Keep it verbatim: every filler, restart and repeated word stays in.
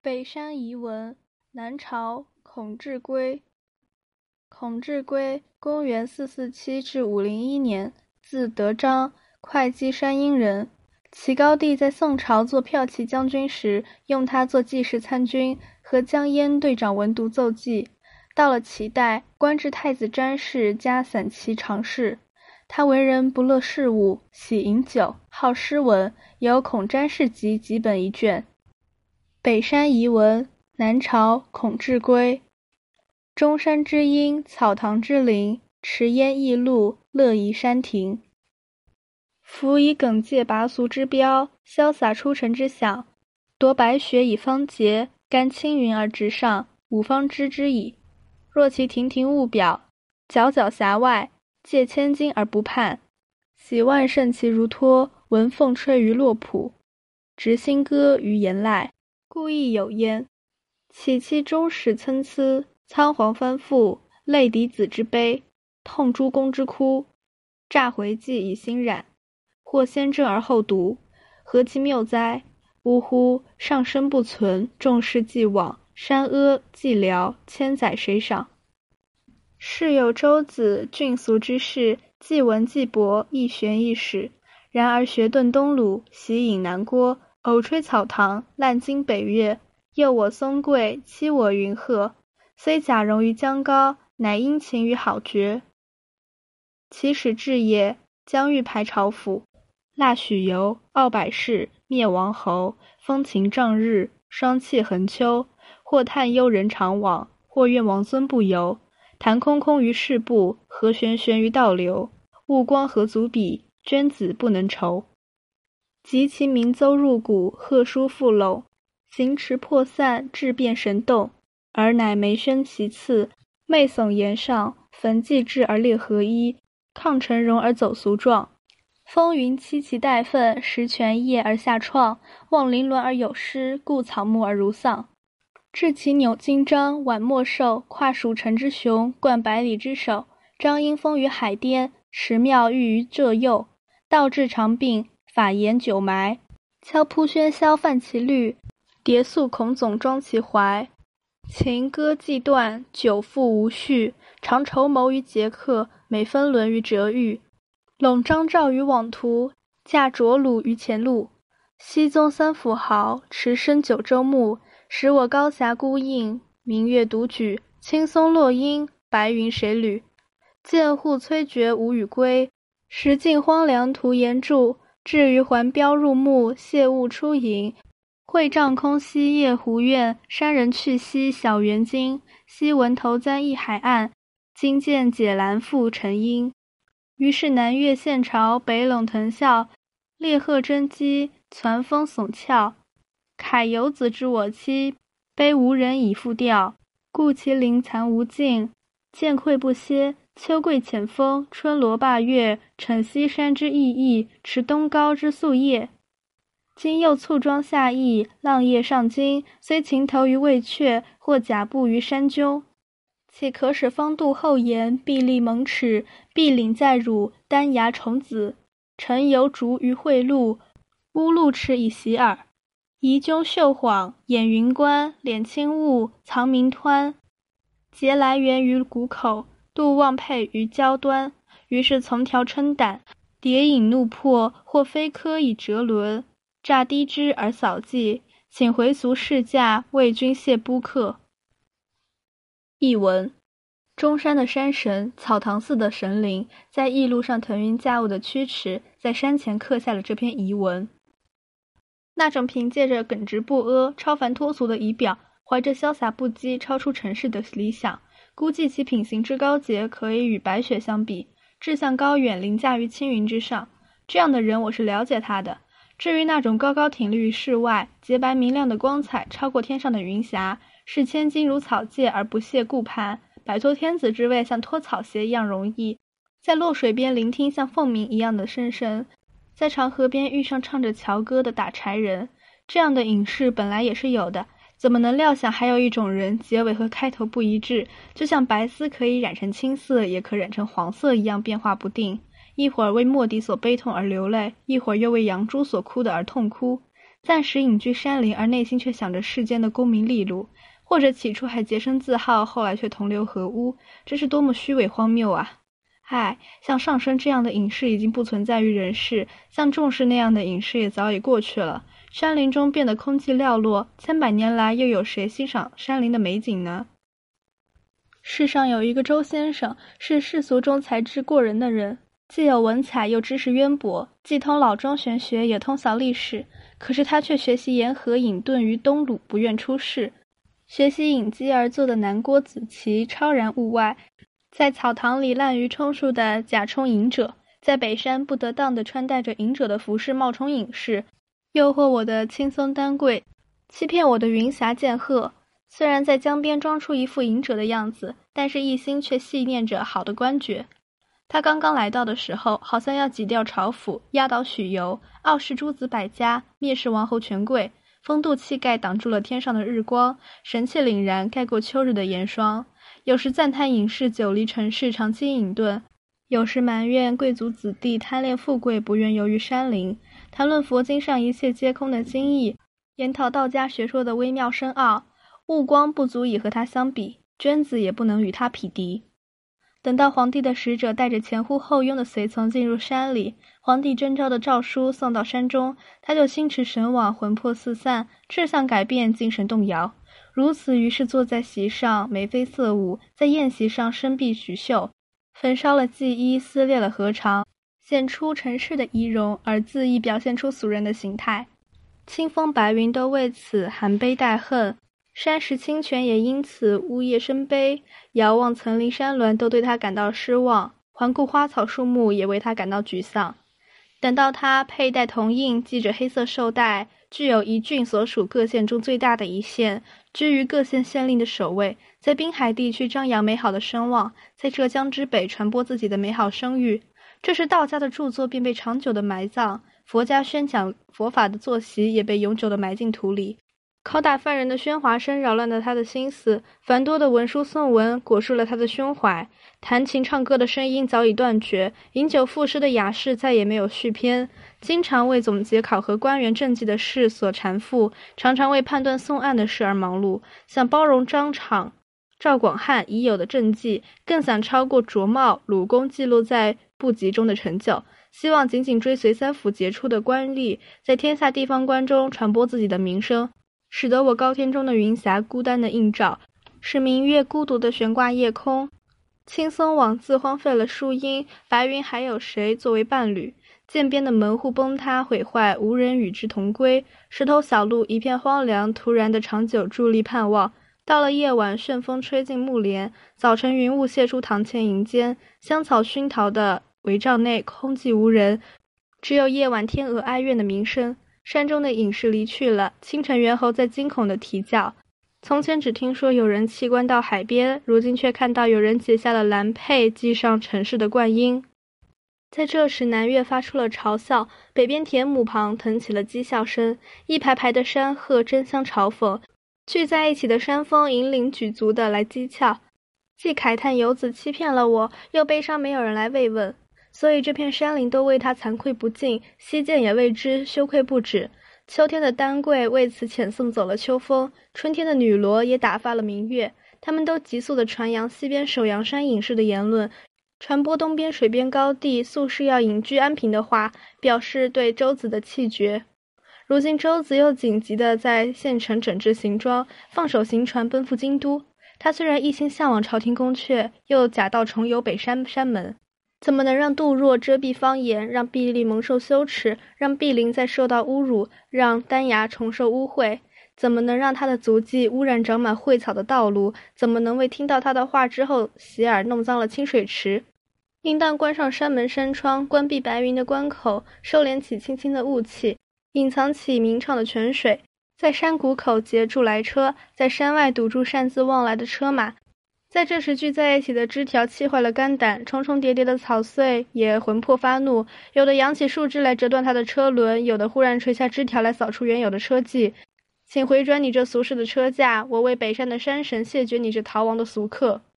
北山遗文，南朝孔稚圭。孔稚圭，公元四四七至五零一年，字德章，会稽山阴人。齐高帝在宋朝做骠骑将军时，用他做记事参军，和江淹队长文读奏记。到了齐代，官至太子詹事加散骑常侍。他为人不乐事务，喜饮酒，好诗文，有《孔詹事集》几本一卷。北山遗文，南朝孔稚圭。中山之阴，草堂之陵，池烟异路，乐夷山庭。夫以耿介拔俗之标，潇洒出尘之想，夺白雪以方洁，干青云而直上，吾方知之矣。若其亭亭物表，皎皎遐外，借千金而不叛，喜万乘其如托，闻凤吹于洛浦，执新歌于言籁，故意有焉。岂其终始参差，仓皇翻覆，泪抵子之悲，痛诸公之哭，乍回记以心染，或先正而后读，何其谬哉！呜呼，上身不存，众事既往，山阿寂寥，千载谁赏？世有周子俊俗之士，既文既博，亦玄亦史。然而学遁东鲁，习饮南郭，偶吹草堂，滥经北岳，诱我松桂，欺我云鹤。虽假容于江高，乃殷勤于好绝。其始至也，将欲排朝府，腊许由，傲百世，灭王侯，风秦瘴日，霜气横秋。或叹幽人常往，或怨王孙不游。谈空空于世部，何悬悬于道流。物光何足比，捐子不能酬。及其民邹入谷，贺书复拢，行池破散，质变神动。而乃梅轩其次，媚耸岩上，焚祭至而列合一，抗成容而走俗状。风云栖其带粪，石泉液而下创，望凌峦而有诗，故草木而如丧。至其扭金章，挽墨兽，跨蜀城之雄，冠百里之首。张英封于海巅，池庙寓于浙右。道至长并，法言九埋。敲扑喧嚣泛其律，叠素孔总装其怀。琴歌既断，酒复无序。常筹谋于节客，每分轮于折狱。拢张赵于网图，架着鲁于前路。熹宗三辅豪，持身九州牧。使我高峡孤应，明月独举。青松落英，白云谁履？见户摧绝无与归，时尽荒凉徒言著。至于还标入目，谢物出营。会帐空兮夜胡怨，山人去兮小园惊。昔闻头簪一海岸，今见解兰复成阴。于是南岳献朝，北陇腾啸。列鹤真鸡，攒风耸峭。慨游子之我妻，悲无人以复调。故其灵残无尽，见愧不歇。秋桂浅风，春萝罢月。逞西山之意义，持东皋之素叶。今又簇装下邑，浪叶上京。虽情投于魏阙，或甲步于山鸠。岂可使方度后言，壁立蒙齿。壁岭在汝，丹崖重子。臣犹逐于会路，乌路齿以袭耳。夷赳岫晃，掩云关，敛轻雾，藏明湍。节来源于谷口，度忘沛于交端。于是从条称胆，蝶引怒破，或飞科以折轮。乍低之而扫迹，请回俗世驾，为君谢布客。译文：中山的山神，草堂寺的神灵，在驿路上腾云驾雾的驱驰，在山前刻下了这篇遗文。那种凭借着耿直不阿、超凡脱俗的仪表，怀着潇洒不羁、超出尘世的理想，估计其品行之高洁，可以与白雪相比，志向高远，凌驾于青云之上。这样的人我是了解他的。至于那种高高挺立于世外，洁白明亮的光彩超过天上的云霞，视千金如草芥而不屑顾攀，摆脱天子之位像脱草鞋一样容易，在洛水边聆听像凤鸣一样的声声，在长河边遇上唱着樵歌的打柴人，这样的隐士本来也是有的，怎么能料想还有一种人结尾和开头不一致，就像白丝可以染成青色，也可染成黄色一样变化不定，一会儿为莫迪所悲痛而流泪，一会儿又为杨朱所哭的而痛哭。 暂时隐居山林，而内心却想着世间的功名利禄，或者起初还洁身自好，后来却同流合污，这是多么虚伪荒谬啊！唉，像上升这样的隐士已经不存在于人世，像众士那样的隐士也早已过去了。山林中变得空寂寥落，千百年来又有谁欣赏山林的美景呢？世上有一个周先生，是世俗中才智过人的人，既有文采又知识渊博，既通老庄玄学，也通晓历史。可是他却学习沿河隐遁于东鲁，不愿出世。学习隐机而坐的南郭子綦超然物外，在草堂里滥竽充数的假充隐者，在北山不得当地穿戴着隐者的服饰冒充隐士，诱惑我的青松丹桂，欺骗我的云霞剑鹤。虽然在江边装出一副隐者的样子，但是一心却细念着好的官爵。他刚刚来到的时候，好像要挤掉朝府，压倒许由，傲视诸子百家，蔑视王侯权贵，风度气概挡住了天上的日光，神气凛然盖过秋日的严霜。有时赞叹隐士久离尘世，长期隐遁，有时埋怨贵族子弟贪恋富贵，不愿游于山林，谈论佛经上一切皆空的经义，研讨道家学说的微妙深奥。目光不足以和他相比，娟子也不能与他匹敌。等到皇帝的使者带着前呼后拥的随从进入山里，皇帝征召的诏书送到山中，他就心驰神往，魂魄四散，志向改变，精神动摇。如此，于是坐在席上眉飞色舞，在宴席上身碧许袖，焚烧了祭衣，撕裂了禾场，显出尘世的仪容，而恣意表现出俗人的形态。清风白云都为此含悲带恨，山石清泉也因此呜咽生悲，遥望层林山峦都对他感到失望，环顾花草树木也为他感到沮丧。等到他佩戴铜印，系着黑色绶带，具有一郡所属各县中最大的一县，居于各县县令的首位，在滨海地区张扬美好的声望，在浙江之北传播自己的美好声誉。这时道家的著作便被长久的埋葬，佛家宣讲佛法的坐席也被永久的埋进土里。拷打犯人的喧哗声扰乱了他的心思，繁多的文书颂文裹束了他的胸怀，弹琴唱歌的声音早已断绝，饮酒赋诗的雅士再也没有续篇，经常为总结考核官员政绩的事所缠缚，常常为判断送案的事而忙碌，想包容张敞、赵广汉已有的政绩，更想超过卓茂、鲁公记录在部籍中的成就，希望紧紧追随三府杰出的官吏，在天下地方官中传播自己的名声，使得我高天中的云霞孤单的映照，使明月孤独的悬挂夜空。青松枉自荒废了树荫，白云还有谁作为伴侣？涧边的门户崩塌毁坏，无人与之同归。石头小路一片荒凉，突然的长久伫立盼望。到了夜晚，旋风吹进木帘，早晨云雾泄出堂前营间，香草熏陶的帷帐内空寂无人，只有夜晚天鹅哀怨的鸣声。山中的隐士离去了，清晨猿猴在惊恐地啼叫。从前只听说有人弃官到海边，如今却看到有人解下了蓝佩，系上尘世的冠缨。在这时，南岳发出了嘲笑，北边田亩旁腾起了讥笑声，一排排的山鹤争相嘲讽，聚在一起的山峰引领举足的来讥诮，既慨叹游子欺骗了我，又悲伤没有人来慰问。所以这片山林都为他惭愧不尽，西涧也为之羞愧不止。秋天的丹桂为此遣送走了秋风，春天的女罗也打发了明月，他们都急速地传扬西边首阳山隐士的言论，传播东边水边高地素世要隐居安平的话，表示对周子的弃绝。如今周子又紧急地在县城整治行装，放手行船奔赴京都。他虽然一心向往朝廷宫阙，又假道重游北山山门，怎么能让杜若遮蔽方言，让毕力蒙受羞耻，让碧灵再受到侮辱，让丹崖重受污秽？怎么能让他的足迹污染长满秽草的道路？怎么能为听到他的话之后洗耳弄脏了清水池？应当关上山门山窗，关闭白云的关口，收敛起轻轻的雾气，隐藏起明畅的泉水，在山谷口截住来车，在山外堵住擅自往来的车马。在这时聚在一起的枝条气坏了肝胆，重重叠叠的草穗也魂魄发怒，有的扬起树枝来折断他的车轮，有的忽然垂下枝条来扫除原有的车迹。请回转你这俗世的车驾，我为北山的山神谢绝你这逃亡的俗客。